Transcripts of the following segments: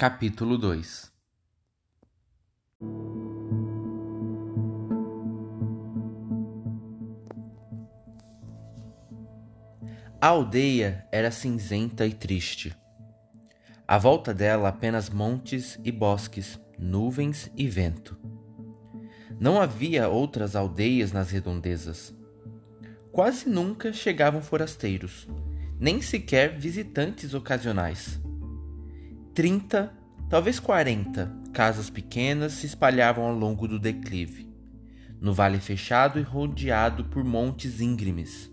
Capítulo 2. A aldeia era cinzenta e triste. À volta dela apenas montes e bosques, nuvens e vento. Não havia outras aldeias nas redondezas. Quase nunca chegavam forasteiros, nem sequer visitantes ocasionais. 30, talvez 40 casas pequenas se espalhavam ao longo do declive, no vale fechado e rodeado por montes íngremes.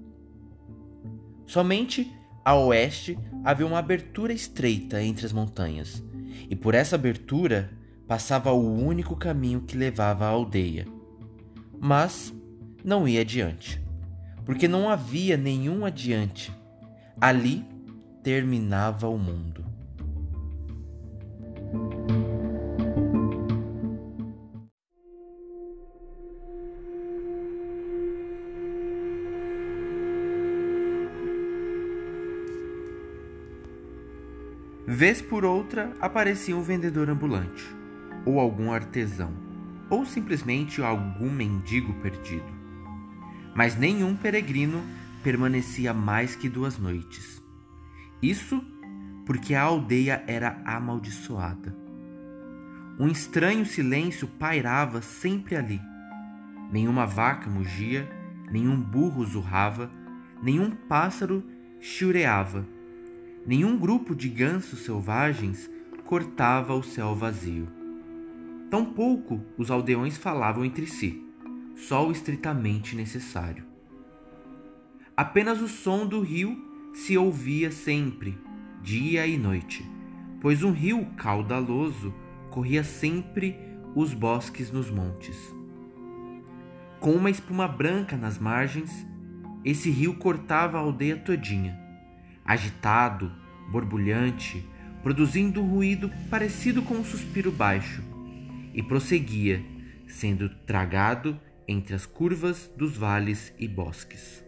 Somente a oeste havia uma abertura estreita entre as montanhas, e por essa abertura passava o único caminho que levava à aldeia. Mas não ia adiante, porque não havia nenhum adiante. Ali terminava o mundo. Vez por outra aparecia um vendedor ambulante, ou algum artesão, ou simplesmente algum mendigo perdido. Mas nenhum peregrino permanecia mais que 2 noites. Isso porque a aldeia era amaldiçoada. Um estranho silêncio pairava sempre ali. Nenhuma vaca mugia, nenhum burro zurrava, nenhum pássaro chiureava. Nenhum grupo de gansos selvagens cortava o céu vazio. Tampouco os aldeões falavam entre si, só o estritamente necessário. Apenas o som do rio se ouvia sempre, dia e noite, pois um rio caudaloso corria sempre os bosques nos montes. Com uma espuma branca nas margens, esse rio cortava a aldeia todinha, agitado, borbulhante, produzindo um ruído parecido com um suspiro baixo, e prosseguia, sendo tragado entre as curvas dos vales e bosques.